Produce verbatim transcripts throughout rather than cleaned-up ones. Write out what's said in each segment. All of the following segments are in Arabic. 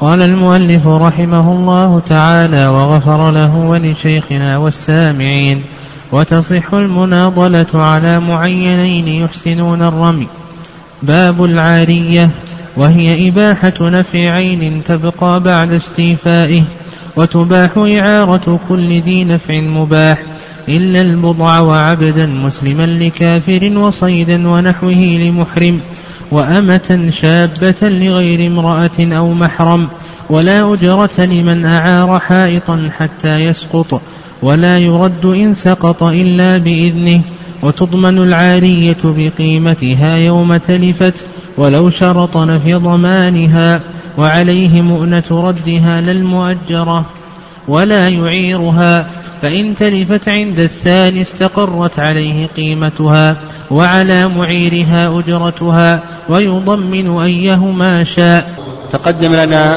قال المؤلف رحمه الله تعالى وغفر له ولشيخنا والسامعين: وتصح المناضلة على معينين يحسنون الرمي. باب العارية، وهي إباحة نفع عين تبقى بعد استيفائه، وتباح إعارة كل ذي نفع مباح إلا البضع وعبدا مسلما لكافر وصيدا ونحوه لمحرم، وأمة شابة لغير امرأة أو محرم، ولا أجرة لمن أعار حائطا حتى يسقط، ولا يرد إن سقط إلا بإذنه، وتضمن العارية بقيمتها يوم تلفت ولو شرطن في ضمانها، وعليه مؤنة ردها للمؤجرة، ولا يعيرها، فإن تلفت عند الثاني استقرت عليه قيمتها، وعلى معيرها أجرتها، ويضمن أيهما شاء. تقدم لنا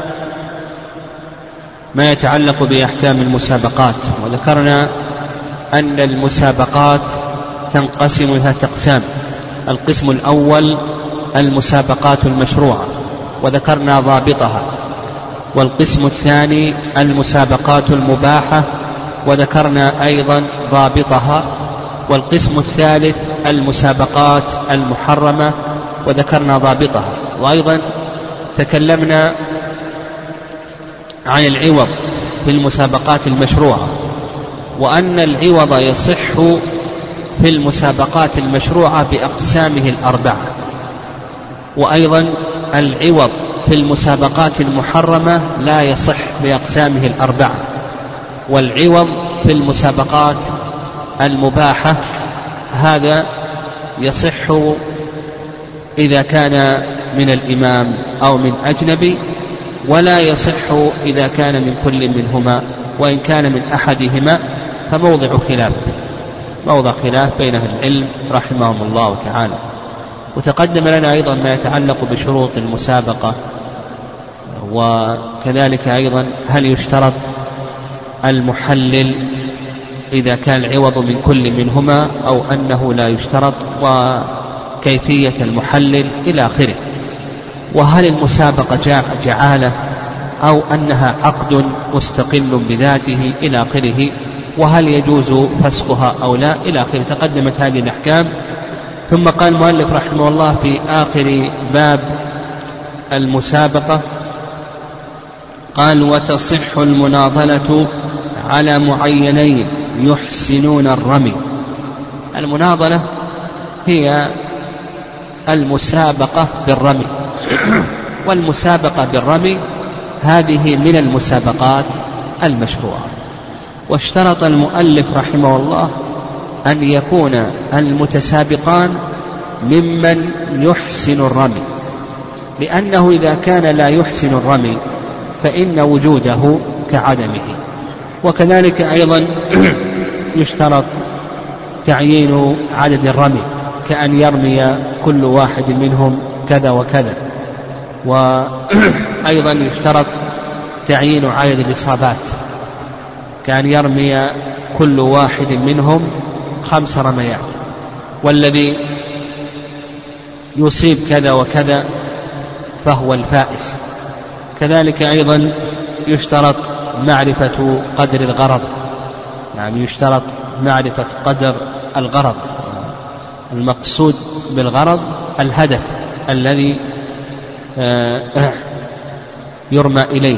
ما يتعلق بأحكام المسابقات، وذكرنا أن المسابقات تنقسم إلى أقسام. القسم الأول المسابقات المشروعة وذكرنا ضابطها، والقسم الثاني المسابقات المباحة وذكرنا أيضا ضابطها، والقسم الثالث المسابقات المحرمة وذكرنا ضابطها. وأيضا تكلمنا عن العوض في المسابقات المشروعة، وأن العوض يصح في المسابقات المشروعة بأقسامه الأربعة، وأيضا العوض في المسابقات المحرمة لا يصح بأقسامه الأربعة، والعوض في المسابقات المباحة هذا يصح إذا كان من الإمام أو من أجنبي، ولا يصح إذا كان من كل منهما، وإن كان من أحدهما فموضع خلاف موضع خلاف بين أهل العلم رحمهم الله تعالى. وتقدم لنا أيضا ما يتعلق بشروط المسابقة، وكذلك أيضا هل يشترط المحلل إذا كان العوض من كل منهما أو أنه لا يشترط، وكيفية المحلل إلى آخره، وهل المسابقة جعالة أو أنها عقد مستقل بذاته إلى آخره، وهل يجوز فسخها أو لا إلى آخره. تقدمت هذه الأحكام. ثم قال المؤلف رحمه الله في آخر باب المسابقة قال: وتصح المناضلة على معينين يحسنون الرمي. المناضلة هي المسابقة بالرمي، والمسابقة بالرمي هذه من المسابقات المشروعة. واشترط المؤلف رحمه الله أن يكون المتسابقان ممن يحسن الرمي، لأنه إذا كان لا يحسن الرمي فإن وجوده كعدمه. وكذلك أيضا يشترط تعيين عدد الرمي، كأن يرمي كل واحد منهم كذا وكذا. وأيضا يشترط تعيين عدد الإصابات، كأن يرمي كل واحد منهم خمس رميات، والذي يصيب كذا وكذا فهو الفائز. كذلك أيضا يشترط معرفة قدر الغرض، يعني يشترط معرفة قدر الغرض. المقصود بالغرض الهدف الذي يرمى إليه،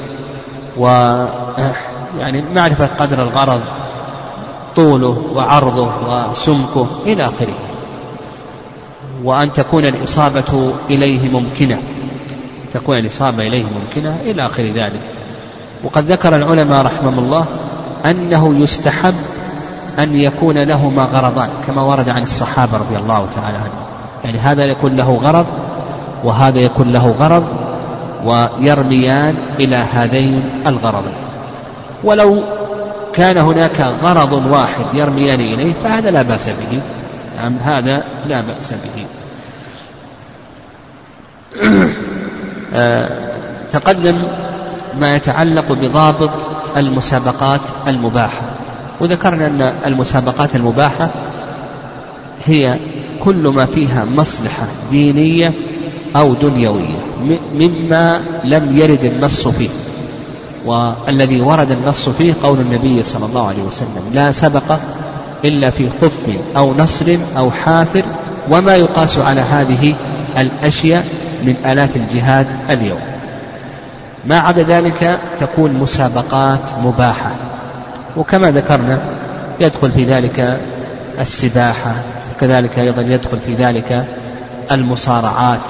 ويعني معرفة قدر الغرض، طوله وعرضه وسمكه إلى آخره، وأن تكون الإصابة إليه ممكنة تكون الإصابة إليه ممكنة إلى آخر ذلك. وقد ذكر العلماء رحمهم الله أنه يستحب أن يكون لهما غرضان، كما ورد عن الصحابة رضي الله تعالى عنهم، يعني هذا يكون له غرض وهذا يكون له غرض، ويرميان إلى هذين الغرضين. ولو كان هناك غرض واحد يرميان إليه فهذا لا بأس به، يعني هذا لا بأس به. تقدم ما يتعلق بضابط المسابقات المباحة، وذكرنا أن المسابقات المباحة هي كل ما فيها مصلحة دينية أو دنيوية مما لم يرد النص فيه. والذي ورد النص فيه قول النبي صلى الله عليه وسلم: لا سبق إلا في خف أو نصر أو حافر، وما يقاس على هذه الأشياء من آلات الجهاد اليوم. ما عدا ذلك تكون مسابقات مباحة، وكما ذكرنا يدخل في ذلك السباحة، وكذلك أيضا يدخل في ذلك المصارعات،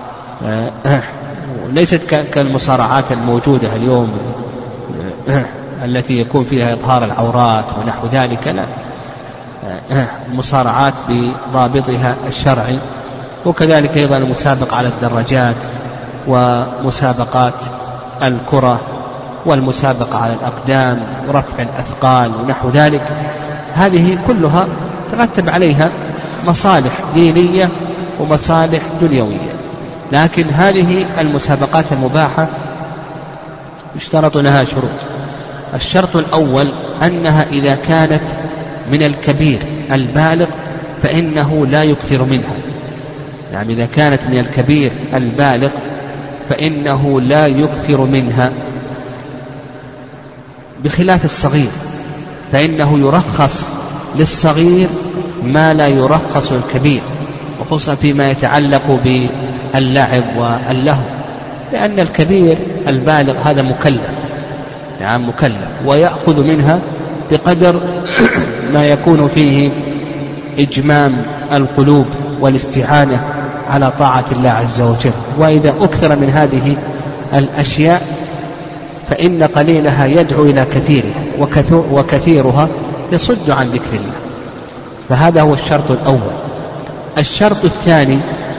ليست كالمصارعات الموجودة اليوم التي يكون فيها إظهار العورات ونحو ذلك، لا، المصارعات بضابطها الشرعي. وكذلك أيضا المسابقة على الدراجات، ومسابقات الكرة، والمسابقة على الأقدام، ورفع الأثقال ونحو ذلك، هذه كلها ترتب عليها مصالح دينية ومصالح دنيوية. لكن هذه المسابقات المباحة يشترط لها شروط. الشرط الأول أنها إذا كانت من الكبير البالغ فإنه لا يكثر منها، يعني إذا كانت من الكبير البالغ فإنه لا يكثر منها، بخلاف الصغير فإنه يرخص للصغير ما لا يرخص الكبير، وخصوصا فيما يتعلق باللعب واللهو، لأن الكبير البالغ هذا مكلف، نعم مكلف، ويأخذ منها بقدر ما يكون فيه إجمام القلوب والاستعانة على طاعة الله عز وجل. وإذا أكثر من هذه الأشياء فإن قليلها يدعو إلى كثيرها، وكثيرها يصد عن ذكر الله. فهذا هو الشرط الأول. الشرط الثاني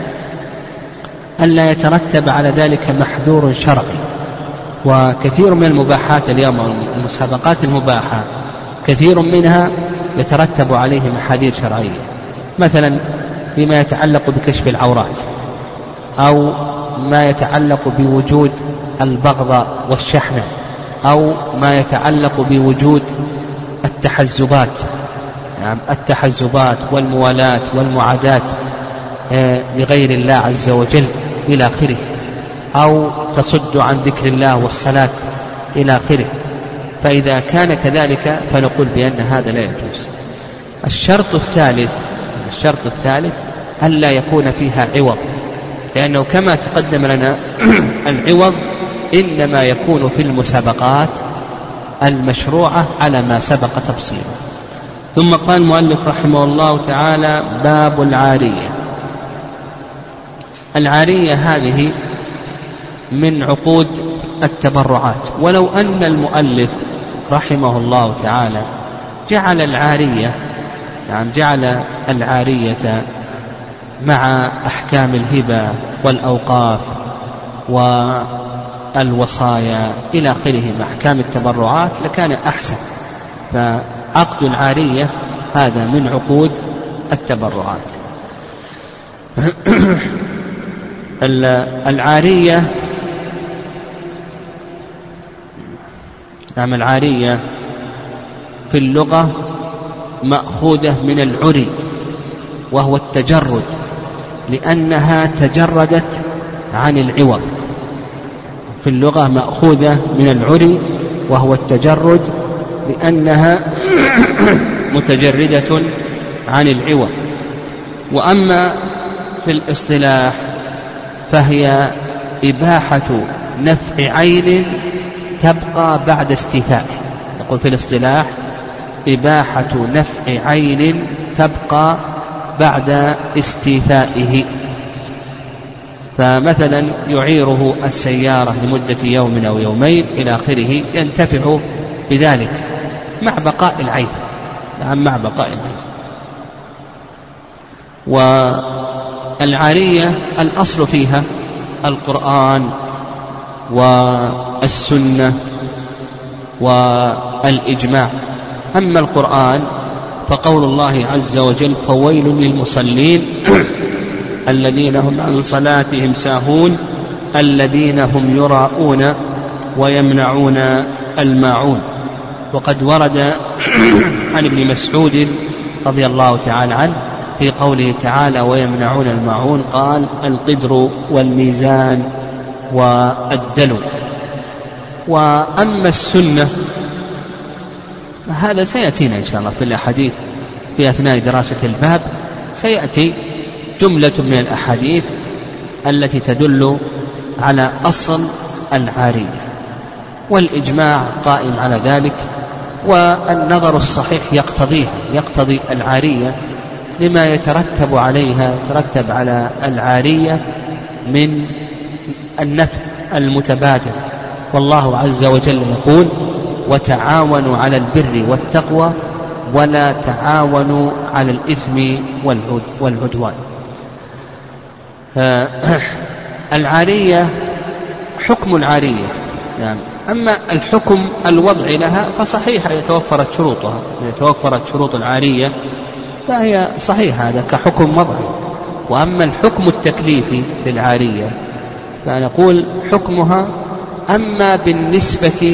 ألا يترتب على ذلك محذور شرعي. وكثير من المباحات اليوم، المسابقات المباحة، كثير منها يترتب عليه محاذير شرعية، مثلا فيما يتعلق بكشف العورات، أو ما يتعلق بوجود البغض والشحنة، أو ما يتعلق بوجود التحزبات، يعني التحزبات والموالاة والمعاداة لغير الله عز وجل إلى آخره، أو تصد عن ذكر الله والصلاة إلى آخره. فإذا كان كذلك فنقول بأن هذا لا يجوز. الشرط الثالث الشرط الثالث ألا يكون فيها عوض، لأنه كما تقدم لنا العوض إنما يكون في المسابقات المشروعة على ما سبق تفصيله. ثم قال المؤلف رحمه الله تعالى: باب العارية. العارية هذه من عقود التبرعات، ولو أن المؤلف رحمه الله تعالى جعل العارية يعني جعل العارية مع أحكام الهبة والأوقاف والوصايا إلى آخره مع أحكام التبرعات لكان أحسن. فعقد العارية هذا من عقود التبرعات. العارية نعم العارية في اللغة مأخوذة من العري، وهو التجرد، لأنها تجردت عن العوض. في اللغة مأخوذة من العري وهو التجرد، لأنها متجردة عن العوض. وأما في الاصطلاح فهي إباحة نفع عين تبقى بعد استيفائه. نقول في الاصطلاح إباحة نفع عين تبقى بعد استيفائه. فمثلا يعيره السيارة لمدة يوم أو يومين إلى آخره، ينتفع بذلك مع بقاء العين، نعم مع بقاء العين. والعارية الأصل فيها القرآن والسنة والإجماع. أما القرآن فقول الله عز وجل: فويل للمصلين الذين هم عن صلاتهم ساهون الذين هم يراءون ويمنعون الماعون. وقد ورد عن ابن مسعود رضي الله تعالى عنه في قوله تعالى ويمنعون الماعون قال القدر والميزان والدلو. وأما السنة فهذا سيأتينا إن شاء الله في الأحاديث في أثناء دراسة الباب، سيأتي جملة من الأحاديث التي تدل على أصل العارية، والإجماع قائم على ذلك، والنظر الصحيح يقتضيها، يقتضي العارية لما يترتب عليها، يترتب على العارية من النفع المتبادل. والله عز وجل يقول وتعاونوا على البر والتقوى ولا تعاونوا على الإثم والعدوان. العارية حكم العارية يعني. أما الحكم الوضعي لها فصحيح إذا توفرت شروطها، إذا توفرت شروط العارية فهي صحيحة هذا كحكم وضعي. وأما الحكم التكليفي للعارية فنقول حكمها أما بالنسبة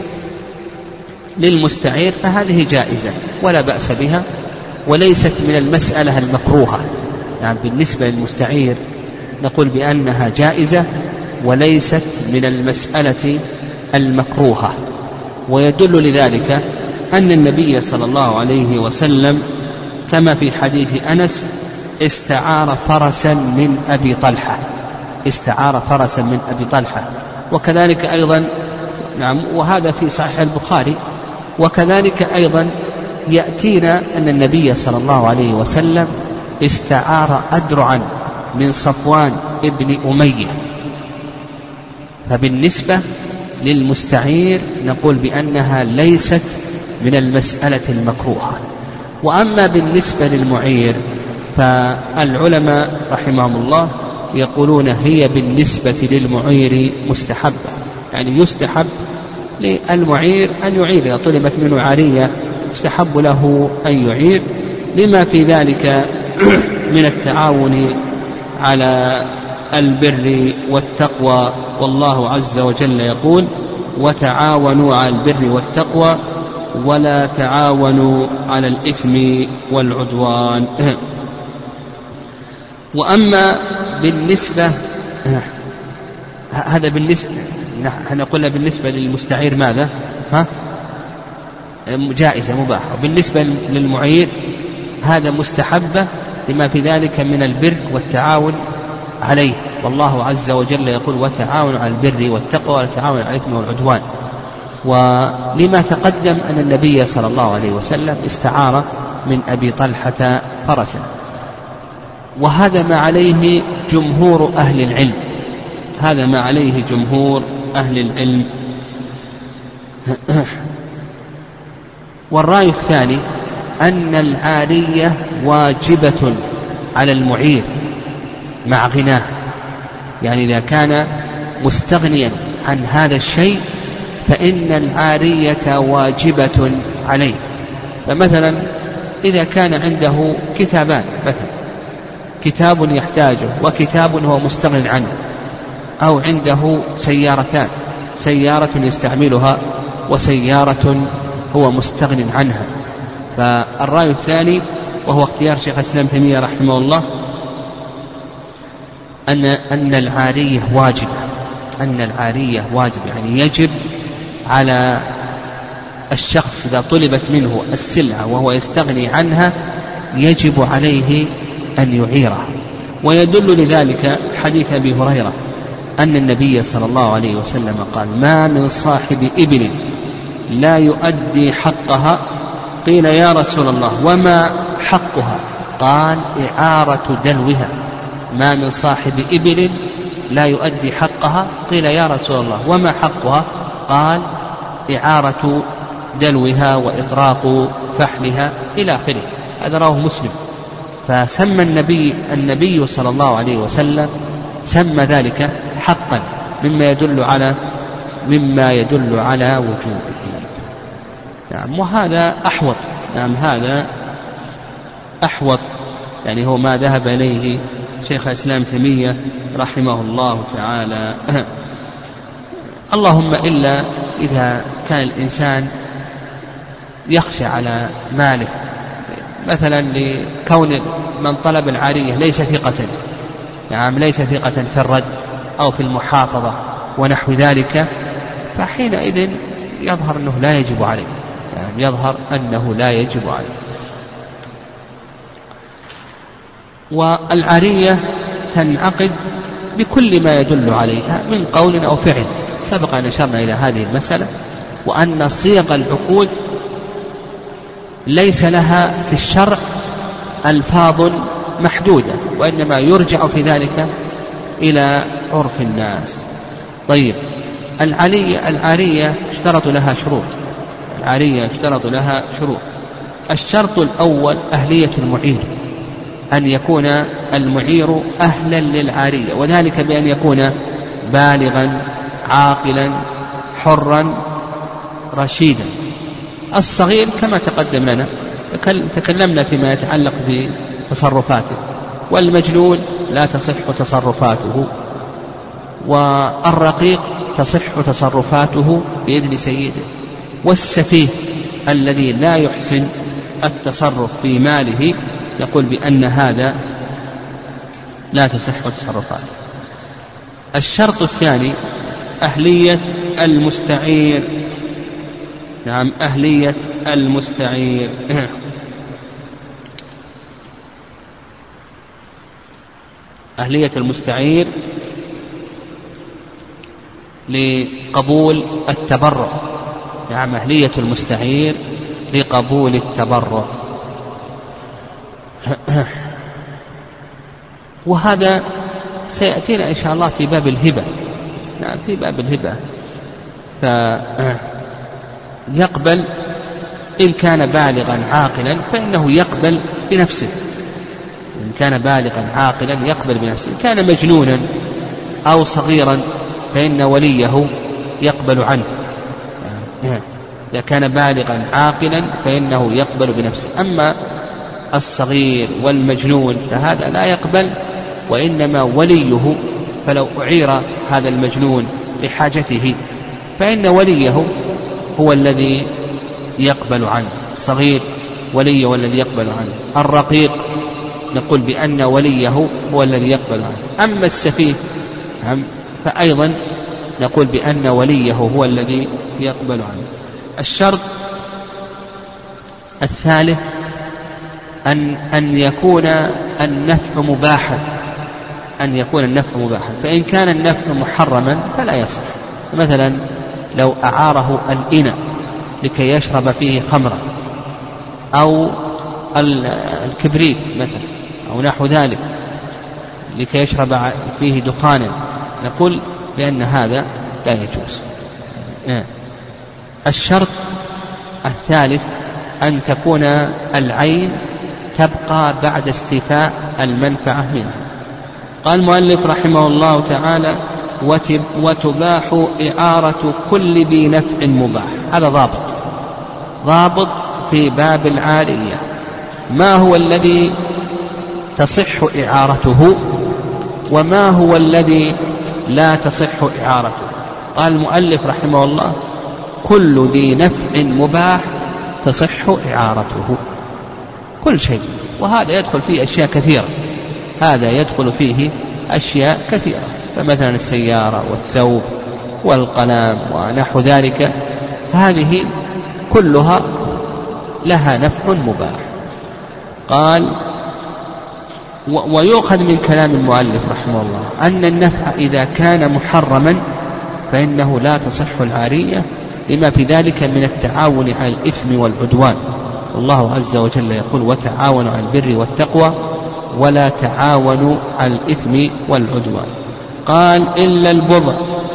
للمستعير فهذه جائزة ولا بأس بها، وليست من المسألة المكروهة. يعني بالنسبة للمستعير نقول بأنها جائزة وليست من المسألة المكروهة. ويدل لذلك أن النبي صلى الله عليه وسلم كما في حديث أنس استعار فرسا من أبي طلحة، استعار فرسا من أبي طلحة. وكذلك أيضا نعم، وهذا في صحيح البخاري. وكذلك أيضا يأتينا أن النبي صلى الله عليه وسلم استعار أدرعا من صفوان ابن أمية. فبالنسبة للمستعير نقول بأنها ليست من المسألة المكروهة. وأما بالنسبة للمعير فالعلماء رحمهم الله يقولون هي بالنسبة للمعير مستحبة، يعني يستحب للمعير أن يعير، إذا طلبت منه عارية يستحب له أن يعير، لما في ذلك من التعاون على البر والتقوى. والله عز وجل يقول وتعاونوا على البر والتقوى ولا تعاونوا على الإثم والعدوان. وأما بالنسبة هذا بالنسبة نحن قلنا بالنسبة للمستعير ماذا؟ ها؟ جائزة مباحة. وبالنسبة للمعير هذا مستحبة لما في ذلك من البر والتعاون عليه. والله عز وجل يقول وتعاونوا على البر والتقوى ولا تعاونوا على الإثم والعدوان. ولما تقدم أن النبي صلى الله عليه وسلم استعار من أبي طلحة فرسا، وهذا ما عليه جمهور أهل العلم، هذا ما عليه جمهور أهل العلم. والرأي الثاني أن العارية واجبة على المعير مع غناه، يعني إذا كان مستغنيا عن هذا الشيء فإن العارية واجبة عليه. فمثلا إذا كان عنده كتابان، مثلا كتاب يحتاجه وكتاب هو مستغن عنه، أو عنده سيارتان، سيارة يستعملها وسيارة هو مستغن عنها. فالرأي الثاني وهو اختيار شيخ الإسلام تيمية رحمه الله أن أن العارية واجبة، أن العارية واجب، يعني يجب على الشخص إذا طلبت منه السلعة وهو يستغني عنها يجب عليه أن يعيرها. ويدل لذلك حديث أبي هريرة أن النبي صلى الله عليه وسلم قال ما من صاحب إبل لا يؤدي حقها، قيل يا رسول الله وما حقها؟ قال إعارة دلوها. ما من صاحب إبل لا يؤدي حقها، قيل يا رسول الله وما حقها؟ قال إعارة دلوها وإطراق فحلها إلى آخره. هذا رواه مسلم. فسمى النبي النبي صلى الله عليه وسلم سمى ذلك حقا مما يدل على مما يدل على وجوبه. نعم، وهذا أحوط، نعم هذا أحوط، يعني هو ما ذهب إليه شيخ الإسلام تيمية رحمه الله تعالى. اللهم إلا إذا كان الإنسان يخشى على ماله، مثلا لكون من طلب العارية ليس ثقة، نعم ليس ثقة في الرد أو في المحافظة ونحو ذلك، فحينئذ يظهر أنه لا يجب عليه، يعني يظهر أنه لا يجب عليه. والعارية تنعقد بكل ما يدل عليها من قول أو فعل، سبق أن أشرنا إلى هذه المسألة، وأن صيغ العقود ليس لها في الشرع ألفاظ محدودة، وإنما يرجع في ذلك إلى عرف الناس. طيب، العارية العارية اشترط لها شروط، العارية اشترط لها شروط. الشرط الأول أهلية المعير، أن يكون المعير أهلا للعارية، وذلك بأن يكون بالغا عاقلا حرا رشيدا. الصغير كما تقدم لنا تكلمنا فيما يتعلق بتصرفاته، والمجنون لا تصح تصرفاته، والرقيق تصح تصرفاته بإذن سيده، والسفيه الذي لا يحسن التصرف في ماله يقول بأن هذا لا تصح تصرفاته. الشرط الثاني أهلية المستعير، نعم أهلية المستعير أهلية المستعير لقبول التبرع، نعم أهلية المستعير لقبول التبرع. وهذا سيأتينا إن شاء الله في باب الهبة، نعم في باب الهبة، فيقبل إن كان بالغا عاقلا فإنه يقبل بنفسه، إن كان بالغا عاقلا يقبل بنفسه، إن كان مجنونا أو صغيرا فإن وليه يقبل عنه، إذا كان بالغا عاقلا فإنه يقبل بنفسه. أما الصغير والمجنون فهذا لا يقبل، وإنما وليه، فلو أعير هذا المجنون لحاجته فإن وليه هو الذي يقبل عنه، الصغير وليه هو الذي يقبل عنه. الرقيق نقول بأن وليه هو الذي يقبل عنه. أما السفيه فأيضا نقول بأن وليه هو الذي يقبل عنه. الشرط الثالث أن, أن يكون النفع مباحا، أن يكون النفع مباحا، فإن كان النفع محرما فلا يصح. مثلا لو أعاره الإناء لكي يشرب فيه خمرا، أو الكبريت مثلا أو نحو ذلك لكي يشرب فيه دخانا، نقول بأن هذا لا يجوز. الشرط الثالث أن تكون العين تبقى بعد استيفاء المنفعة منها. قال المؤلف رحمه الله تعالى: وتباح إعارة كل ذي نفع مباح. هذا ضابط ضابط في باب العارية، ما هو الذي تصح إعارته وما هو الذي لا تصح إعارته. قال المؤلف رحمه الله: كل ذي نفع مباح تصح إعارته، كل شيء، وهذا يدخل فيه أشياء كثيرة، هذا يدخل فيه أشياء كثيرة، فمثلا السيارة والثوب والقلم ونحو ذلك، هذه كلها لها نفع مباح. قال: ويؤخذ من كلام المؤلف رحمه الله أن النفع إذا كان محرما فإنه لا تصح العارية، لما في ذلك من التعاون على الإثم والعدوان، والله عز وجل يقول: وتعاونوا على البر والتقوى ولا تعاونوا على الإثم والعدوان. قال: إلا البضع،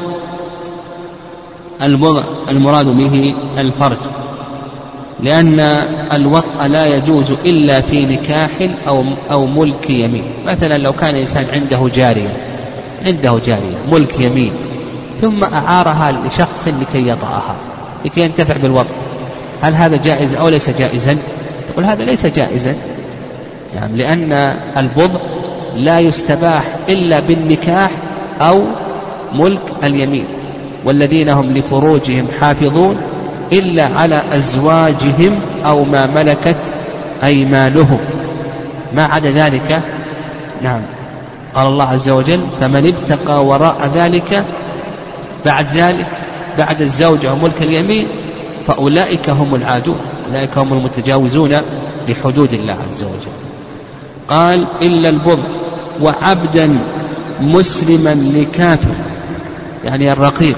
البضع المراد به الفرج، لأن الوطء لا يجوز إلا في نكاح أو, أو ملك يمين. مثلا لو كان إنسان عنده جارية عنده جارية ملك يمين، ثم أعارها لشخص لكي يطأها لكي ينتفع بالوطء، هل هذا جائز أو ليس جائزا؟ يقول هذا ليس جائزا، يعني لأن البضع لا يستباح إلا بالنكاح أو ملك اليمين، والذين هم لفروجهم حافظون إلا على أزواجهم أو ما ملكت أيمانهم، ما عدا ذلك. نعم، قال الله عز وجل فمن ابتغى وراء ذلك بعد ذلك بعد الزوجة وملك اليمين فأولئك هم العادون، أولئك هم المتجاوزون لحدود الله عز وجل. قال إلا البضع وعبدا مسلما لكافر، يعني الرقيق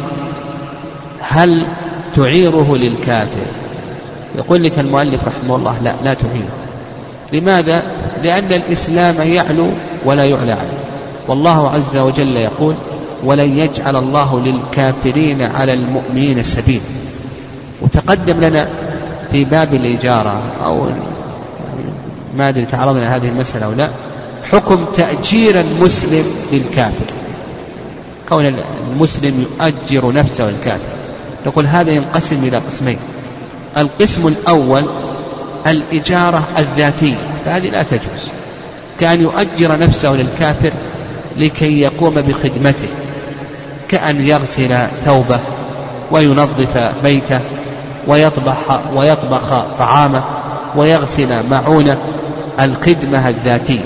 هل تعيره للكافر؟ يقول لك المؤلف رحمه الله لا لا تعيره. لماذا؟ لأن الإسلام يعلو ولا يعلى عنه، والله عز وجل يقول ولن يجعل الله للكافرين على المؤمنين سبيل. وتقدم لنا في باب الإجارة أو يعني ما أدري تعرضنا هذه المسألة أو لا، حكم تأجير المسلم للكافر، كون المسلم يؤجر نفسه للكافر. نقول هذا ينقسم إلى قسمين. القسم الأول الإجارة الذاتية، فهذه لا تجوز، كأن يؤجر نفسه للكافر لكي يقوم بخدمته، كأن يغسل ثوبه وينظف بيته ويطبخ, ويطبخ طعامه ويغسل معونه، الخدمة الذاتية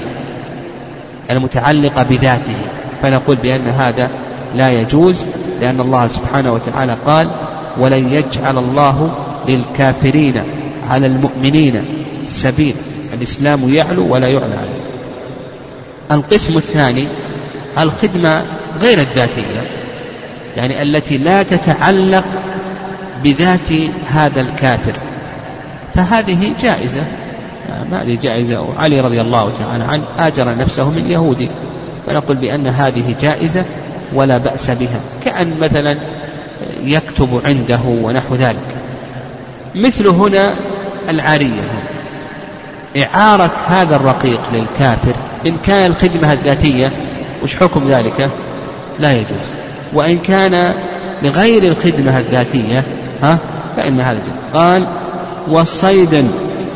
المتعلقة بذاته، فنقول بأن هذا لا يجوز، لأن الله سبحانه وتعالى قال ولن يجعل الله للكافرين على المؤمنين سبيل. الإسلام يعلو ولا يعلى عليه. القسم الثاني الخدمة غير الذاتية، يعني التي لا تتعلق بذات هذا الكافر، فهذه جائزة، ما لي جائزة. علي رضي الله تعالى عنه آجر نفسه من يهودي، فنقول بأن هذه جائزة ولا بأس بها، كأن مثلا يكتب عنده ونحو ذلك. مثل هنا العارية، إعارة هذا الرقيق للكافر إن كان الخدمة الذاتية وش حكم ذلك؟ لا يجوز. وإن كان لغير الخدمة الذاتية ها فإن هذا جائز. قال والصيدا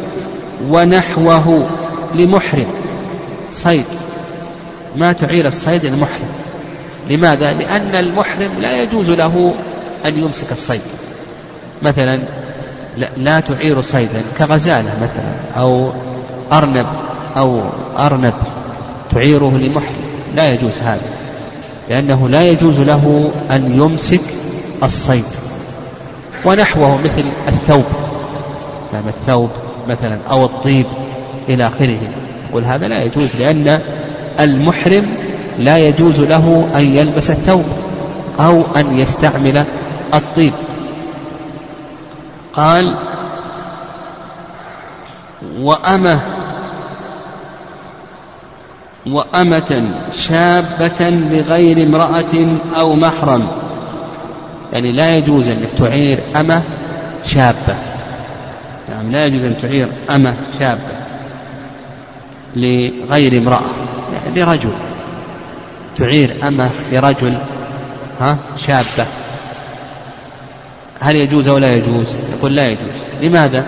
ونحوه لمحرم، صيد ما تعير الصيد المحرم. لماذا؟ لأن المحرم لا يجوز له أن يمسك الصيد، مثلا لا تعير صيدا كغزالة مثلا أو أرنب أو أرنب تعيره لمحرم، لا يجوز هذا، لأنه لا يجوز له أن يمسك الصيد. ونحوه مثل الثوب، يعني الثوب مثلا أو الطيب إلى آخره، يقول هذا لا يجوز، لأن المحرم لا يجوز له أن يلبس الثوب أو أن يستعمل الطيب. قال وأمة وأمة شابة لغير امرأة أو محرم، يعني لا يجوز أن تعير أمة شابة، يعني لا يجوز أن تعير أمة شابة لغير امرأة، يعني لرجل تعير أمة لرجل ها شابة، هل يجوز أو لا يجوز؟ يقول لا يجوز. لماذا؟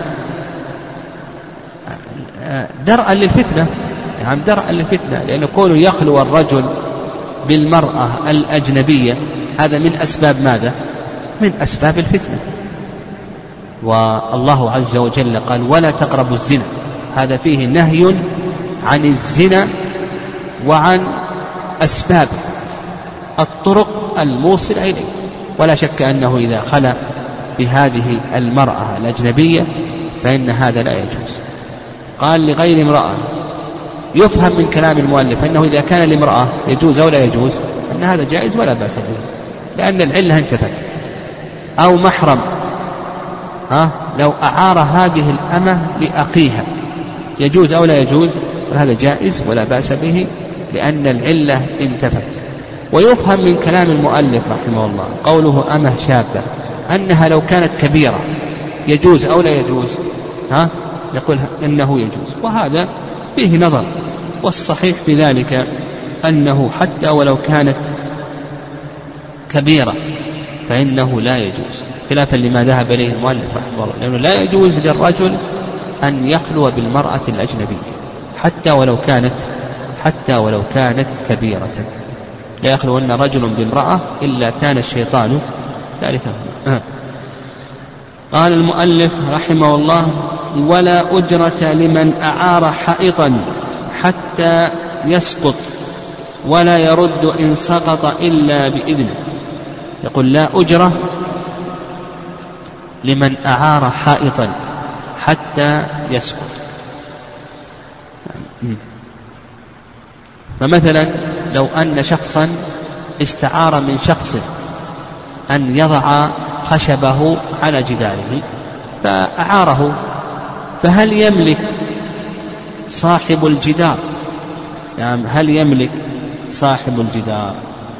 درءا للفتنة، يعني درءا للفتنة، لأن كونه يخلو الرجل بالمرأة الأجنبية هذا من أسباب ماذا؟ من أسباب الفتنة. والله عز وجل قال ولا تقربوا الزنا، هذا فيه نهي عن الزنا وعن أسباب الطرق الموصلة إليه. ولا شك أنه إذا خلى بهذه المرأة الأجنبية فإن هذا لا يجوز. قال لغير امرأة، يفهم من كلام المؤلف أنه إذا كان لامرأة يجوز أو لا يجوز، أن هذا جائز ولا بأس به، لأن العلة انتفت. أو محرم، ها لو أعار هذه الأمة لأخيها يجوز أو لا يجوز؟ هذا جائز ولا بأس به، لأن العلة انتفت. ويفهم من كلام المؤلف رحمه الله قوله أمة شابة أنها لو كانت كبيرة يجوز أو لا يجوز؟ ها يقول إنه يجوز، وهذا فيه نظر، والصحيح في ذلك أنه حتى ولو كانت كبيرة فإنه لا يجوز، خلافا لما ذهب إليه المؤلف رحمه الله، لأنه لا يجوز للرجل أن يخلو بالمرأة الأجنبية حتى ولو كانت حتى ولو كانت كبيرة. لا يخلون رجل بامرأة إلا كان الشيطان ثالثهما. قال المؤلف رحمه الله: ولا أجرة لمن أعار حائطا حتى يسقط ولا يرد إن سقط إلا بإذنه. يقول: لا أجرة لمن أعار حائطا حتى يسقط. فمثلا لو أن شخصا استعار من شخص أن يضع خشبه على جداره فأعاره، فهل يملك صاحب الجدار يعني هل يملك صاحب الجدار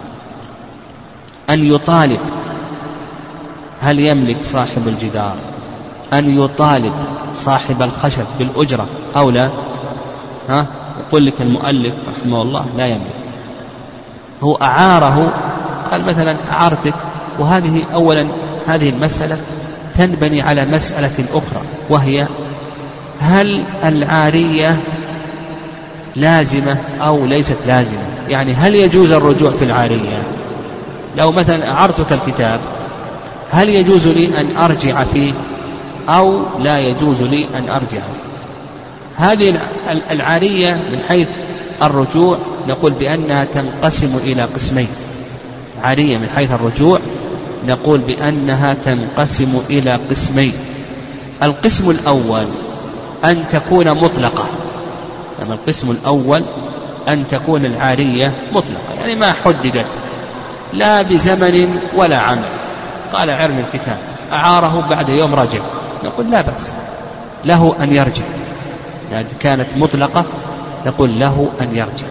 أن يطالب هل يملك صاحب الجدار أن يطالب صاحب الخشب بالأجرة أو لا؟ ها؟ يقول لك المؤلف رحمه الله: لا يملك. هو أعاره، قال مثلا أعرتك، وهذه أولا هذه المسألة تنبني على مسألة أخرى، وهي هل العارية لازمة أو ليست لازمة؟ يعني هل يجوز الرجوع في العارية؟ لو مثلا أعرتك الكتاب، هل يجوز لي أن أرجع فيه أو لا يجوز لي أن أرجع فيه؟ هذه العارية من حيث الرجوع نقول بأنها تنقسم إلى قسمين. عارية من حيث الرجوع نقول بأنها تنقسم إلى قسمين. القسم الأول أن تكون مطلقة، يعني القسم الأول أن تكون العارية مطلقة، يعني ما حددت لا بزمن ولا عمل. قال: عرني الكتاب، أعاره، بعد يوم رجع، نقول لا بأس، له أن يرجع. يعني كانت مطلقة نقول له أن يرجع،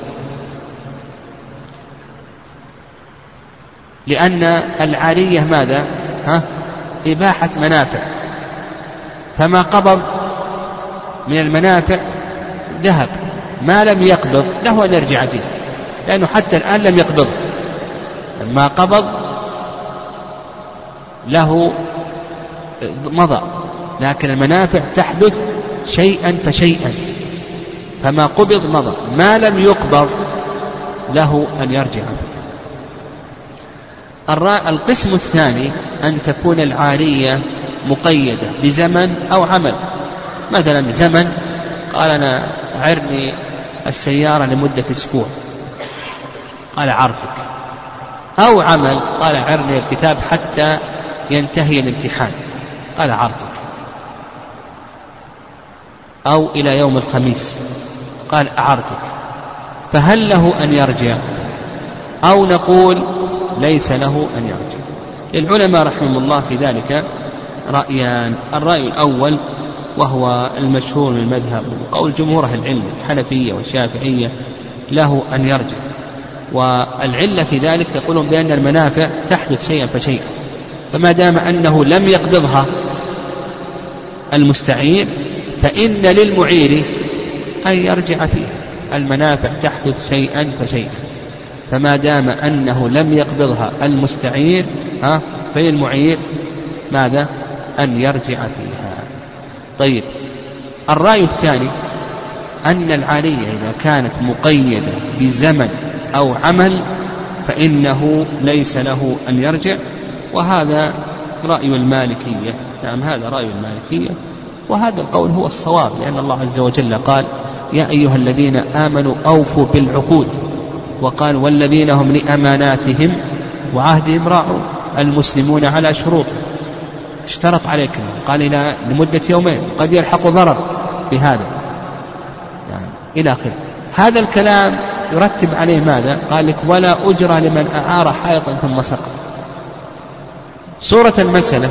لأن العارية ماذا؟ ها؟ إباحة منافع، فما قبض من المنافع ذهب، ما لم يقبض له أن يرجع فيه، لأنه حتى الآن لم يقبض. ما قبض له مضى، لكن المنافع تحدث شيئا فشيئا، فما قبض مضى، ما لم يقبض له أن يرجع فيه. القسم الثاني أن تكون العارية مقيدة بزمن أو عمل. مثلا زمن، قال: أنا عرني السيارة لمدة أسبوع، قال: عرتك. أو عمل، قال: عرني الكتاب حتى ينتهي الامتحان، قال: عرتك. أو إلى يوم الخميس، قال: أعرتك. فهل له أن يرجع أو نقول ليس له أن يرجع؟ العلماء رحمهم الله في ذلك رأيان. الرأي الأول وهو المشهور من المذهب وقول جمهور أهل العلم الحنفية والشافعية، له أن يرجع، والعلة في ذلك يقولون بأن المنافع تحدث شيئا فشيئا، فما دام أنه لم يقبضها المستعير فإن للمعير أن يرجع فيها. المنافع تحدث شيئا فشيئا، فما دام أنه لم يقبضها المستعير ها فللمعير ماذا؟ أن يرجع فيها. طيب، الرأي الثاني أن العارية إذا كانت مقيدة بزمن أو عمل فإنه ليس له أن يرجع، وهذا رأي المالكية. نعم، هذا رأي المالكية، وهذا القول هو الصواب، لأن الله عز وجل قال: يا أيها الذين آمنوا أوفوا بالعقود، وقال: والذين هم لأماناتهم وعهدهم راعون. المسلمون على شروطهم، اشترط عليكم، قال إلى لمدة يومين، قد يلحق ضرر بهذا يعني إلى آخره. هذا الكلام يرتب عليه ماذا؟ قال لك: ولا أجرى لمن أعار حائطا ثم سقط. صورة المسألة،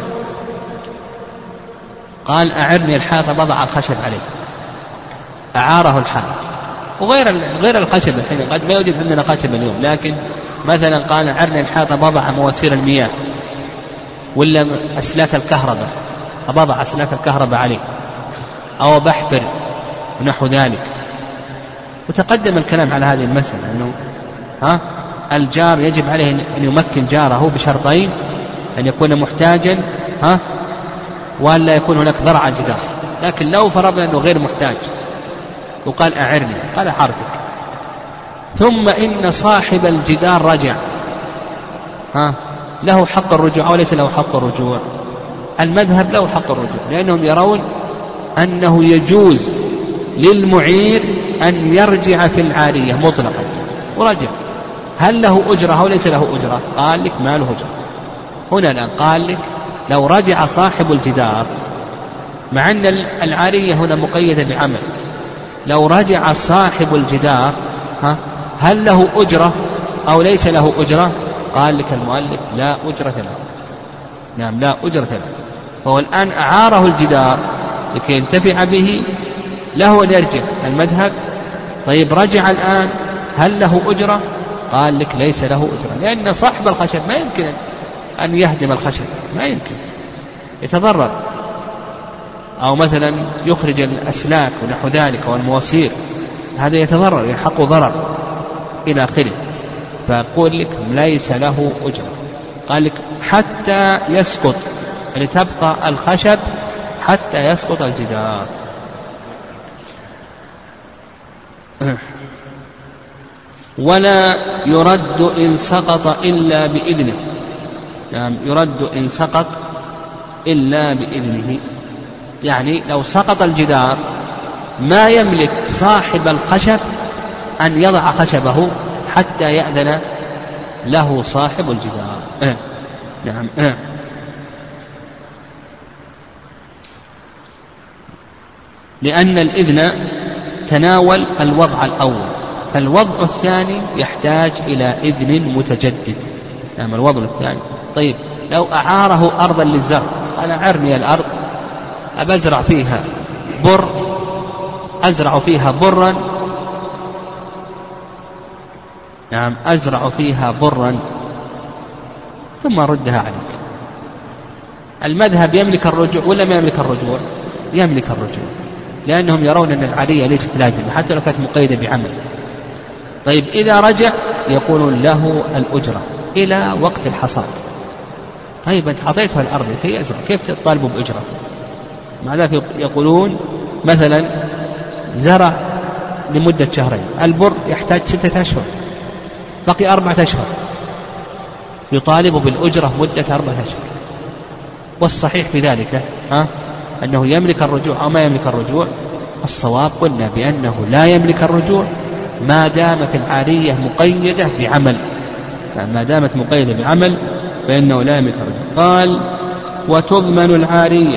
قال: أعرني الحائط، وضع الخشب عليه، أعاره الحائط، وغير غير الخشب الحين قد ما يوجد عندنا خشب اليوم، لكن مثلا قال: أعرني الحائط، وضع مواسير المياه ولا أسلاك الكهرباء، أضع أسلاك الكهرباء عليه، أو بحفر ونحو ذلك. وتقدم الكلام على هذه المسألة، أنه ها الجار يجب عليه أن يمكن جاره بشرطين: أن يكون محتاجا ها وأن لا يكون هناك ضرع جدار. لكن لو فرضنا أنه غير محتاج وقال: أعرني، قال: حارتك، ثم إن صاحب الجدار رجع، ها له حق الرجوع أو ليس له حق الرجوع؟ المذهب له حق الرجوع، لأنهم يرون أنه يجوز للمعير أن يرجع في العارية مطلقا، ورجع. هل له أجرة أو ليس له أجرة؟ قال لك ما له أجرة. هنا الآن قال لك لو رجع صاحب الجدار، مع أن العارية هنا مقيدة بعمل، لو رجع صاحب الجدار ها هل له أجرة أو ليس له أجرة؟ قال لك المؤلف لا أجرة له. نعم لا أجرة له. فهو الآن أعاره الجدار لكي ينتفع به، له أن يرجع المذهب. طيب رجع الآن هل له أجرة؟ قال لك ليس له أجرة، لأن صاحب الخشب ما يمكن أن يهدم الخشب، ما يمكن، يتضرر، أو مثلا يخرج الأسلاك ونحو ذلك والمواسير، هذا يتضرر، يحق ضرر إلى آخره. فأقول لك ليس له أجرة. قال لك حتى يسقط، يعني تبقى الخشب حتى يسقط الجدار. ولا يرد إن سقط إلا بإذنه. يعني يرد إن سقط إلا بإذنه، يعني لو سقط الجدار ما يملك صاحب الخشب أن يضع خشبه حتى يأذن له صاحب الجدار. أه. نعم أه. لأن الإذن تناول الوضع الأول، فالوضع الثاني يحتاج إلى إذن متجدد. نعم الوضع الثاني. طيب لو أعاره أرضا للزرع، قال أعرني الأرض أبزرع فيها بر، أزرع فيها برا، نعم أزرع فيها برا ثم ردها عليك. المذهب يملك الرجوع ولا ما يملك الرجوع؟ يملك الرجوع، لأنهم يرون أن العارية ليست لازمة حتى لو كانت مقيدة بعمل. طيب إذا رجع يقولون له الأجرة إلى وقت الحصاد. طيب أنت أعطيته الأرض كي يزرع، كيف تطالبوا بأجرة؟ مع ذلك يقولون مثلا زرع لمدة شهرين، البر يحتاج ستة أشهر، بقي أربعة أشهر، يطالب بالأجرة مدة أربعة أشهر. والصحيح في ذلك ها أنه يملك الرجوع أو ما يملك الرجوع. الصواب قلنا بأنه لا يملك الرجوع ما دامت العارية مقيدة بعمل، يعني ما دامت مقيدة بعمل فإنه لا يملك الرجوع. قال وتضمن العارية،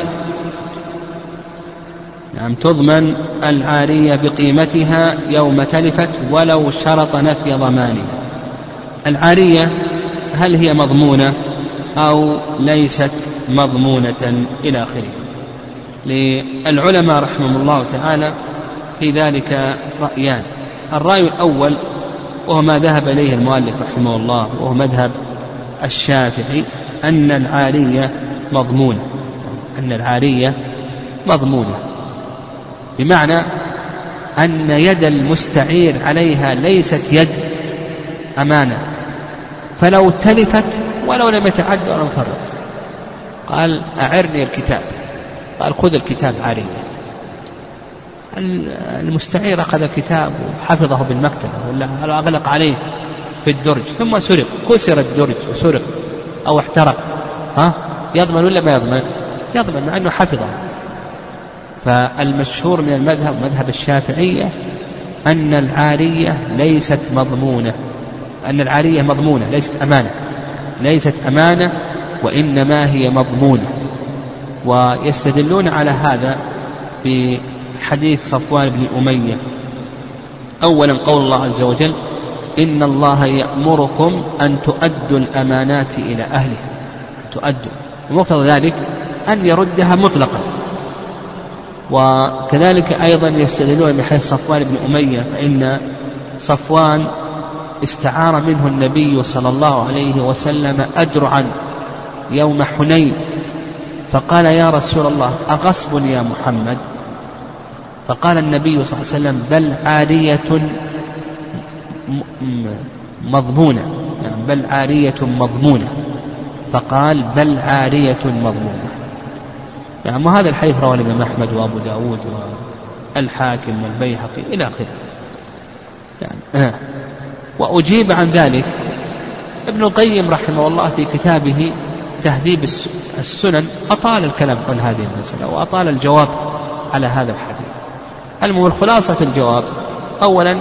نعم تضمن العارية بقيمتها يوم تلفت ولو شرط نفي ضمانها. العارية هل هي مضمونة أو ليست مضمونة إلى آخره. للعلماء رحمهم الله تعالى في ذلك رأيان. الرأي الأول وهو ما ذهب إليه المؤلف رحمه الله وهو مذهب الشافعي، أن العارية مضمونة، أن العارية مضمونة بمعنى أن يد المستعير عليها ليست يد أمانة، فلو تلفت ولو لم يتعد ولم يفرط. قال أعرني الكتاب، قال خذ الكتاب عارية. المستعير أخذ الكتاب وحفظه بالمكتبة ولا أغلق عليه في الدرج ثم سرق، كسر الدرج وسرق أو احترق، ها يضمن ولا ما يضمن؟ يضمن مع أنه حفظه. فالمشهور من المذهب مذهب الشافعية أن العارية ليست مضمونة، أن العارية مضمونة ليست أمانة، ليست أمانة وإنما هي مضمونة. ويستدلون على هذا بحديث صفوان بن أمية. أولا قول الله عز وجل إن الله يأمركم أن تؤدوا الأمانات إلى أهلها، أن تؤدوا، ومقتضى ذلك أن يردها مطلقا. وكذلك أيضا يستدلون بحديث صفوان بن أمية، فإن صفوان استعار منه النبي صلى الله عليه وسلم أدرعا يوم حنين، فقال يا رسول الله أغصب يا محمد؟ فقال النبي صلى الله عليه وسلم بل عارية مضمونة، يعني بل عارية مضمونة. فقال بل عارية مضمونة. يعني وهذا الحديث رواه الإمام أحمد وأبو داود والحاكم والبيهقي إلى آخره. يعني آه. وأجيب عن ذلك ابن القيم رحمه الله في كتابه تهذيب السنن أطال الكلام عن هذه المسألة وأطال الجواب على هذا الحديث. المهم الخلاصة في الجواب أولا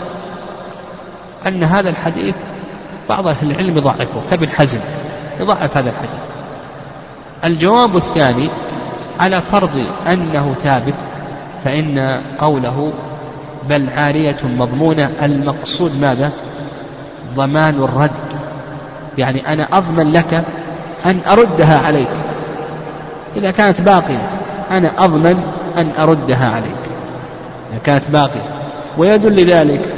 أن هذا الحديث بعض أهل العلم يضعفه كابن حزم يضعف هذا الحديث. الجواب الثاني على فرض أنه ثابت فإن قوله بل عارية مضمونة المقصود ماذا؟ ضمان الرد، يعني أنا أضمن لك أن أردها عليك إذا كانت باقية، أنا أضمن أن أردها عليك إذا كانت باقية. ويدل لذلك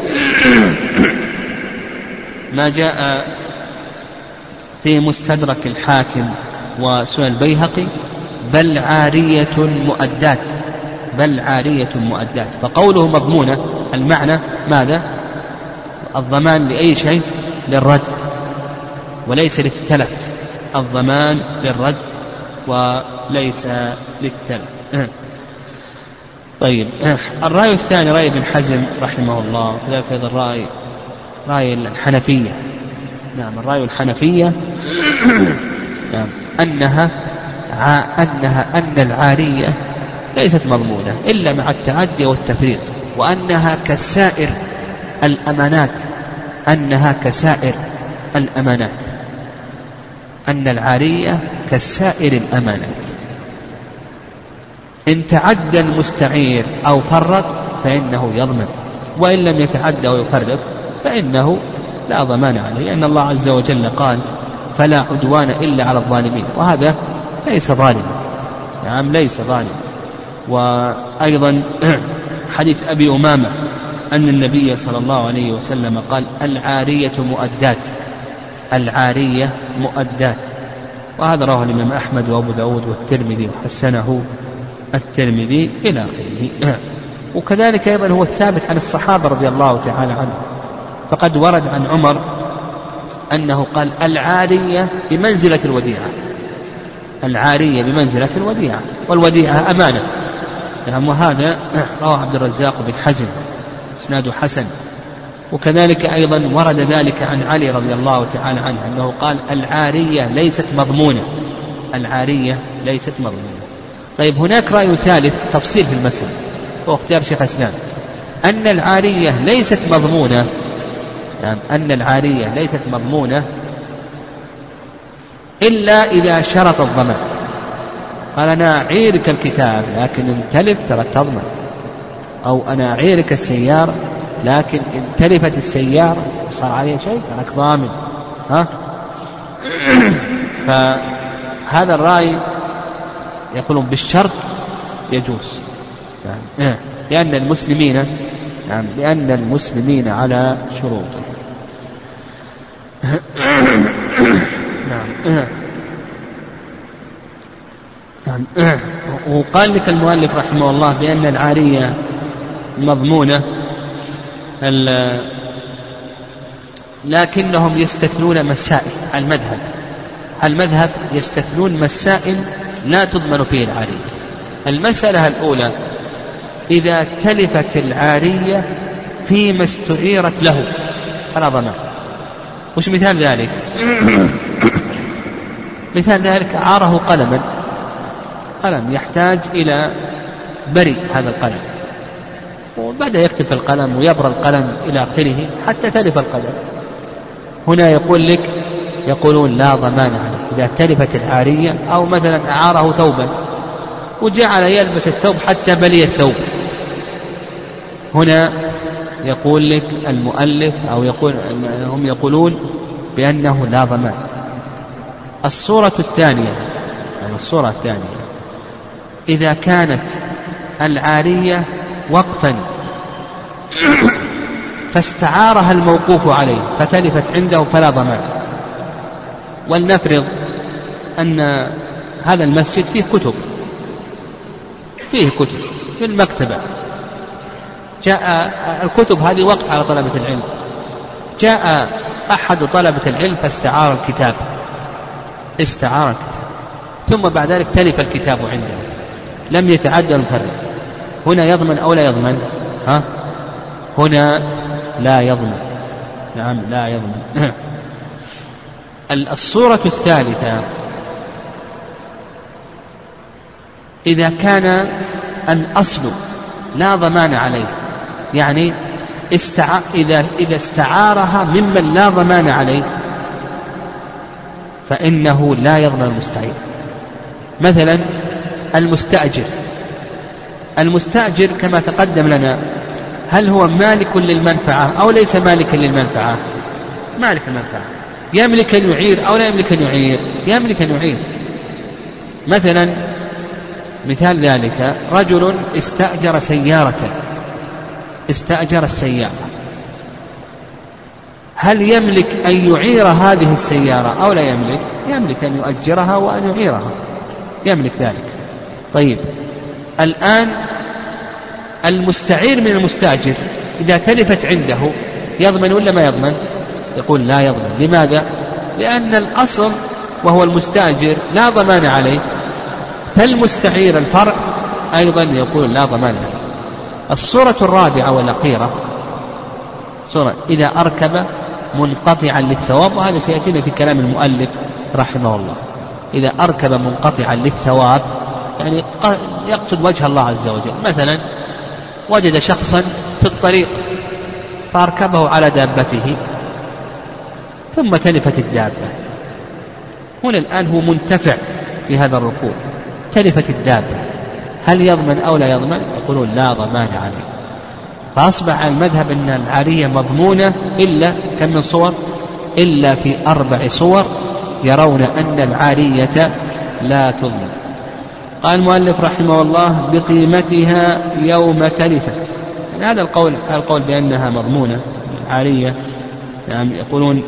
ما جاء في مستدرك الحاكم وسنن البيهقي بل عارية مؤدات، بل عارية مؤدات، فقوله مضمونة المعنى ماذا؟ الضمان لأي شيء؟ للرد وليس للتلف، الضمان للرد وليس للتلف. طيب الرأي الثاني رأي ابن حزم رحمه الله، وذلك هذا الرأي رأي الحنفية. نعم الرأي الحنفية نعم أنها أنها أن العارية ليست مضمونة إلا مع التعدي والتفريط، وأنها كسائر الأمانات، أنها كسائر الأمانات، أن العارية كسائر الأمانات، إن تعدى المستعير أو فرط فإنه يضمن، وإن لم يتعدى ويفرط فإنه لا ضمان عليه، لأن الله عز وجل قال فلا عدوان إلا على الظالمين، وهذا ليس ظالما، نعم ليس ظالما. وأيضا حديث أبي أمامة أن النبي صلى الله عليه وسلم قال العارية مؤدات، العارية مؤدات، وهذا رواه الإمام أحمد وأبو داود والترمذي وحسنه الترمذي إلى آخره. وكذلك أيضا هو الثابت عن الصحابة رضي الله تعالى عنهم، فقد ورد عن عمر أنه قال العارية بمنزلة الوديعة، العارية بمنزلة الوديعة، والوديعة أمانة. نعم وهذا رواه عبد الرزاق بن حزم إسناده حسن. وكذلك أيضا ورد ذلك عن علي رضي الله تعالى عنه أنه قال العارية ليست مضمونة، العارية ليست مضمونة. طيب هناك رأي ثالث تفصيل في المسألة هو اختيار شيخ الإسلام أن العارية ليست مضمونة، يعني أن العارية ليست مضمونة إلا إذا شرط الضمان، قال أنا أعيرك الكتاب لكن إن تلف ترى تضمن، أو أنا أعيرك السيارة لكن إن تلفت السيارة صار عليها شيء ترك ضامن. ها فهذا الرأي يقولون بالشرط يجوز، يعني لأن المسلمين يعني لأن المسلمين على شروطه. نعم. وقال لك المؤلف رحمه الله بأن العارية مضمونة لكنهم يستثنون مسائل، المذهب المذهب يستثنون مسائل لا تضمن فيه العارية. المسألة الأولى إذا تلفت العارية فيما استعيرت له فلا ضمان. وش مثال ذلك؟ مثال ذلك أعاره قلما، قلم يحتاج إلى بري هذا القلم، وبدأ يكتب القلم ويبرى القلم إلى آخره حتى تلف القلم. هنا يقول لك يقولون لا ضمان عليه إذا تلفت العارية، أو مثلا أعاره ثوبا وجعل يلبس الثوب حتى بلي الثوب، هنا يقول لك المؤلف أو يقول هم يقولون بأنه لا ضمان. الصورة الثانية يعني الصورة الثانية إذا كانت العارية وقفا فاستعارها الموقوف عليه فتلفت عنده فلا ضمان. ولنفرض أن هذا المسجد فيه كتب فيه كتب في المكتبة، جاء الكتب هذه وقع على طلبة العلم، جاء أحد طلبة العلم فاستعار الكتاب استعار الكتاب ثم بعد ذلك تلف الكتاب عنده لم يتعدى الفرد، هنا يضمن أو لا يضمن؟ ها؟ هنا لا يضمن، نعم لا يضمن. الصورة الثالثة إذا كان الأصل لا ضمان عليه، يعني استع... إذا... إذا استعارها ممن لا ضمان عليه فإنه لا يضمن المستعير. مثلا المستأجر، المستأجر كما تقدم لنا هل هو مالك للمنفعة أو ليس مالكا للمنفعة؟ مالك المنفعة. يملك أن يعير أو لا يملك أن يعير؟ يملك أن يعير. مثلا مثال ذلك رجل استأجر سيارة، استأجر السيارة، هل يملك أن يعير هذه السيارة أو لا يملك؟ يملك أن يؤجرها وأن يعيرها، يملك ذلك. طيب الآن المستعير من المستأجر إذا تلفت عنده يضمن ولا ما يضمن؟ يقول لا يضمن. لماذا؟ لأن الأصل وهو المستأجر لا ضمان عليه، فالمستعير الفرع أيضا يقول لا ضمان عليه. الصورة الرابعة والأخيرة صورة إذا أركب منقطعا للثواب، وهذا سيأتينا في كلام المؤلف رحمه الله. إذا أركب منقطعا للثواب يعني يقصد وجه الله عز وجل. مثلا وجد شخصا في الطريق فأركبه على دابته ثم تلفت الدابة، هنا الآن هو منتفع بهذا الركوب، تلفت الدابة، هل يضمن أو لا يضمن؟ يقولون لا ضمان عليه. فأصبح المذهب أن العارية مضمونة إلا كم من صور؟ إلا في أربع صور يرون أن العارية لا تضمن. قال المؤلف رحمه الله بقيمتها يوم تلفت، يعني هذا القول القول بأنها مضمونة العارية، يعني يقولون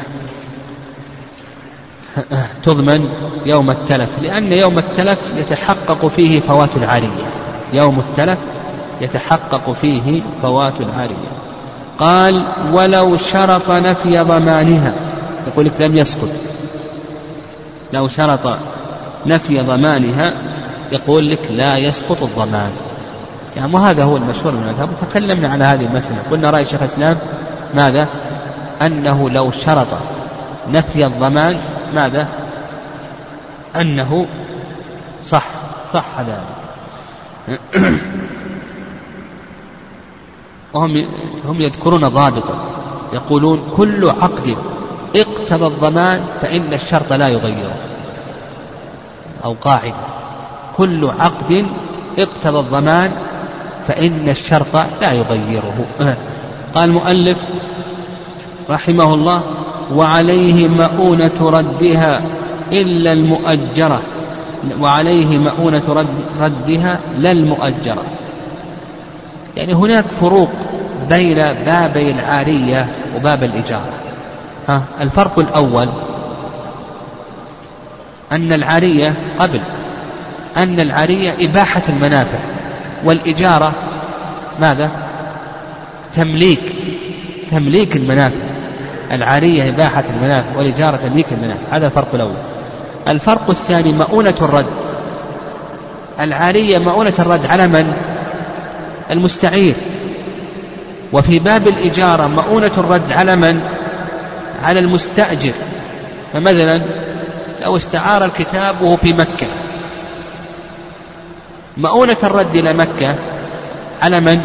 تضمن يوم التلف، لأن يوم التلف يتحقق فيه فوات العارية، يوم التلف يتحقق فيه فوات العارية. قال ولو شرط نفي ضمانها، يقول لك لم يسقط، لو شرط نفي ضمانها يقول لك لا يسقط الضمان، يعني وهذا هو المشهور من المذهب. تكلمنا على هذه المسألة، قلنا رأي شيخ الإسلام ماذا؟ أنه لو شرط نفي الضمان ماذا؟ أنه صح صح ذلك. وهم هم يذكرون ضابطا، يقولون كل عقد اقتضى الضمان فإن الشرط لا يغيره، أو قاعدة كل عقد اقتضى الضمان فإن الشرط لا يغيره. قال المؤلف رحمه الله وعليه مؤونة ردها إلا المؤجرة، وعليه مؤونة رد ردها لا المؤجرة. يعني هناك فروق بين بابي العارية وباب الإجارة. ها الفرق الأول أن العارية قبل أن العارية إباحة المنافع، والإجارة ماذا؟ تمليك تمليك المنافع. العارية إباحة المنافع والإجارة تمليك المنافع، هذا الفرق الأول. الفرق الثاني مؤونة الرد. العارية مؤونة الرد على من؟ المستعير. وفي باب الإجارة مؤونة الرد على من؟ على المستأجر. فمثلا لو استعار الكتاب وهو في مكة، مؤونة الرد إلى مكة على من؟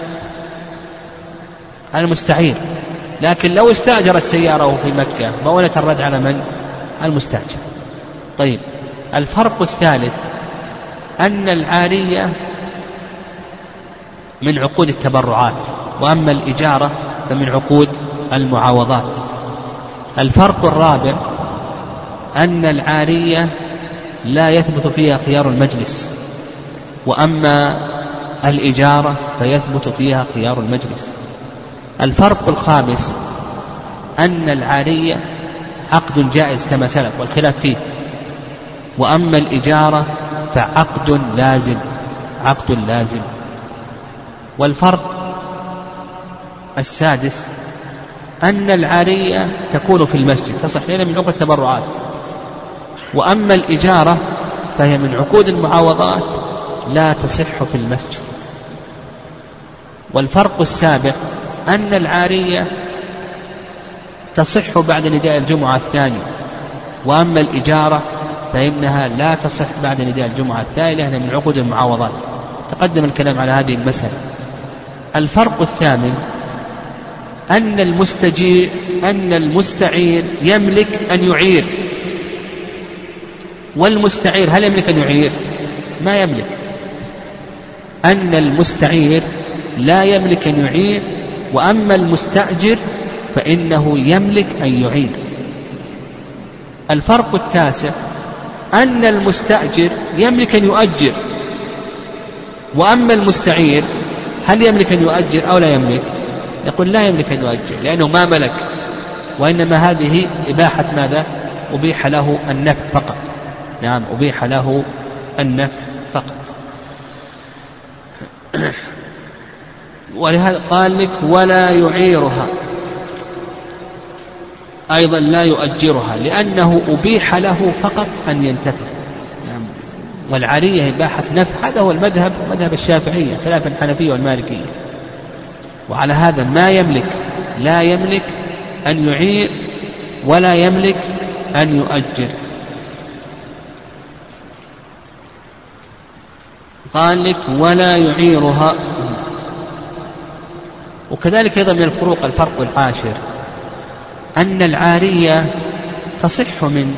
على المستعير. لكن لو استأجر السيارة وهو في مكة مؤونة الرد على من؟ على المستأجر. طيب الفرق الثالث أن العارية من عقود التبرعات، وأما الإجارة فمن عقود المعاوضات. الفرق الرابع أن العارية لا يثبت فيها خيار المجلس، وأما الإجارة فيثبت فيها خيار المجلس. الفرق الخامس أن العارية عقد جائز كما سلف والخلاف فيه، وأما الإجارة فعقد لازم، عقد لازم. والفرق السادس أن العارية تكون في المسجد تصح لنا من عقود التبرعات، وأما الإجارة فهي من عقود المعاوضات لا تصح في المسجد. والفرق السابع أن العارية تصح بعد نداء الجمعة الثاني، وأما الإجارة فإنها لا تصح بعد نداء الجمعة الثانية لأنها من عقود المعاوضات. تقدم الكلام على هذه المسألة. الفرق الثامن أن المستجير أن المستعير يملك أن يعير، والمستعير هل يملك أن يعير؟ ما يملك. أن المستعير لا يملك أن يعير، وأما المستأجر فإنه يملك أن يعير. الفرق التاسع أن المستأجر يملك أن يؤجر، وأما المستعير هل يملك أن يؤجر أو لا يملك؟ يقول لا يملك أن يؤجر لأنه ما ملك، وإنما هذه إباحة ماذا؟ أبيح له النفع فقط. نعم، أبيح له النفع فقط. ولهذا قال لك ولا يعيرها، أيضا لا يؤجرها لأنه أبيح له فقط أن ينتفع. نعم. والعارية إباحة نفع، هذا هو المذهب مذهب الشافعية خلاف الحنفية والمالكية. وعلى هذا ما يملك لا يملك أن يعير ولا يملك أن يؤجر. قال لك ولا يعيرها. وكذلك أيضا من الفروق الفرق العاشر أن العارية تصح من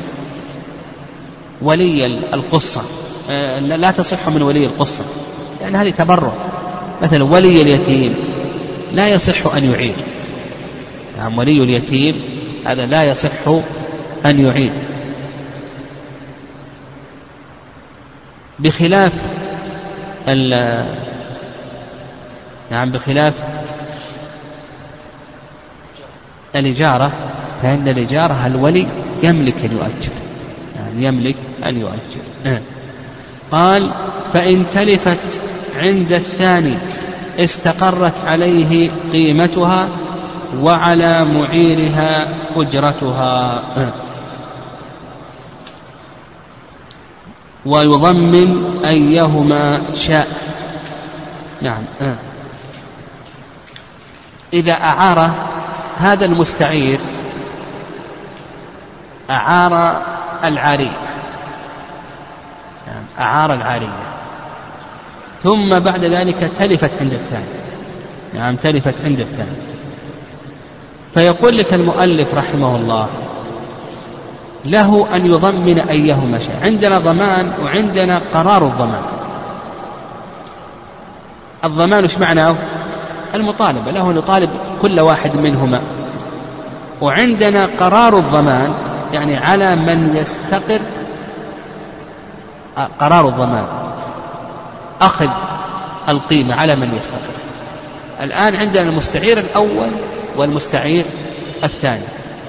ولي القصة، لا تصح من ولي القصة، لأن هذه تبرع. مثلا ولي اليتيم لا يصح أن يعير. نعم، ولي اليتيم هذا لا يصح أن يعير، بخلاف نعم بخلاف الإجارة، فإن الإجارة الولي يملك أن يؤجر، يعني يملك أن يؤجر. قال فإن تلفت عند الثاني استقرت عليه قيمتها وعلى معيرها أجرتها، ويضمن أيهما شاء. نعم. إذا أعار هذا المستعير أعار العارية، نعم أعار العارية، ثم بعد ذلك تلفت عند الثاني، نعم تلفت عند الثاني، فيقول لك المؤلف رحمه الله له أن يضمن أيهما شاء. عندنا ضمان وعندنا قرار الضمان. الضمان وش معناه؟ المطالبة، له أن يطالب كل واحد منهما. وعندنا قرار الضمان، يعني على من يستقر قرار الضمان، أخذ القيمة على من يستقر. الآن عندنا المستعير الأول والمستعير الثاني.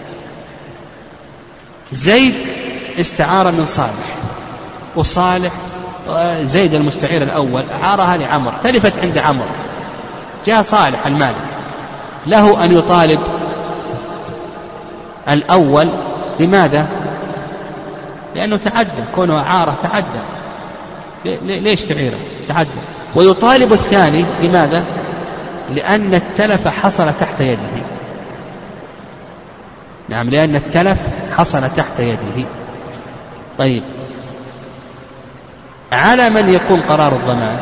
زيد استعار من صالح، وصالح زيد المستعير الأول أعارها لعمر، تلفت عند عمر، جاء صالح المالك، له أن يطالب الأول. لماذا؟ لأنه تعدى، كونه أعاره تعدى. ليش تعيره؟ تعدى. ويطالب الثاني. لماذا؟ لأن التلف حصل تحت يده. نعم، لأن التلف حصل تحت يده. طيب، على من يكون قرار الضمان؟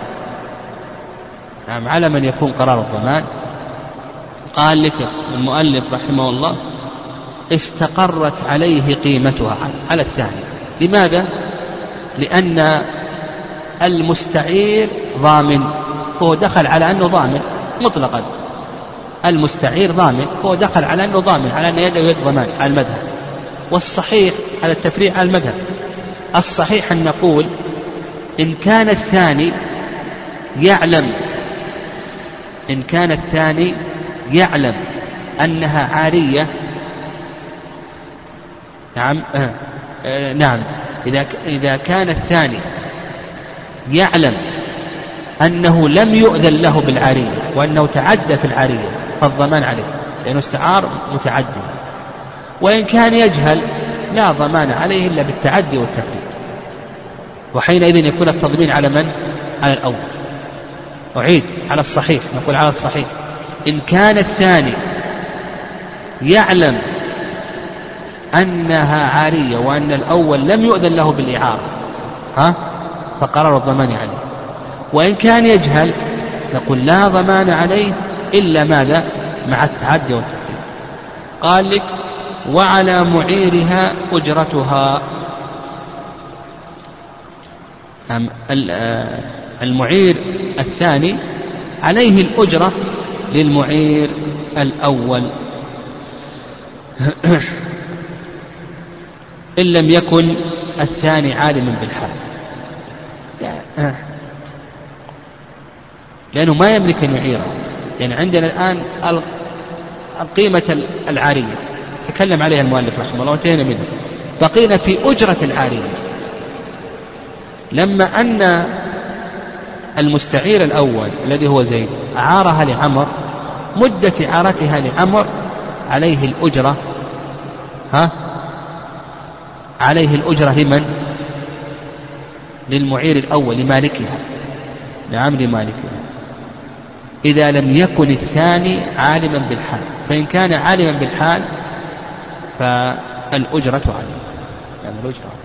نعم، على من يكون قرار الضمان؟ قال لك المؤلف رحمه الله استقرت عليه قيمتها، على الثاني. لماذا؟ لأن المستعير ضامن، هو دخل على أنه ضامن مطلقا. المستعير ضامن، هو دخل على أنه ضامن، على أن يده يد ضمان على المذهب. والصحيح على التفريع على المذهب. الصحيح أن نقول إن كان الثاني يعلم إن كان الثاني يعلم أنها عارية. نعم آه. آه. نعم إذا إذا كان الثاني يعلم أنه لم يؤذن له بالعارية وأنه تعدى في العارية فالضمان عليه، لأنه استعار متعدي. وإن كان يجهل لا ضمان عليه إلا بالتعدي والتفريط، وحينئذ يكون التضمين على من؟ على الأول. أعيد على الصحيح، نقول على الصحيح إن كان الثاني يعلم أنها عارية وأن الأول لم يؤذن له بالإعارة ها فقرار الضمان عليه. وإن كان يجهل نقول لا ضمان عليه إلا ماذا؟ مع التعدي والتقليد. قال لك وعلى معيرها أجرتها. المعير الثاني عليه الأجرة للمعير الأول إن لم يكن الثاني عالما بالحال، لأنه ما يملك أن يعيره. يعني عندنا الآن القيمة العارية تكلم عليها المؤلف رحمه الله وانتهينا منها، بقينا في أجرة العارية. لما أن المستعير الأول الذي هو زيد أعارها لعمر، مدة إعارتها لعمر عليه الأجرة ها عليه الأجرة لمن؟ للمعير الأول لمالكها، نعم لمالكها، إذا لم يكن الثاني عالما بالحال. فإن كان عالما بالحال فالأجرة عليه، يعني الأجرة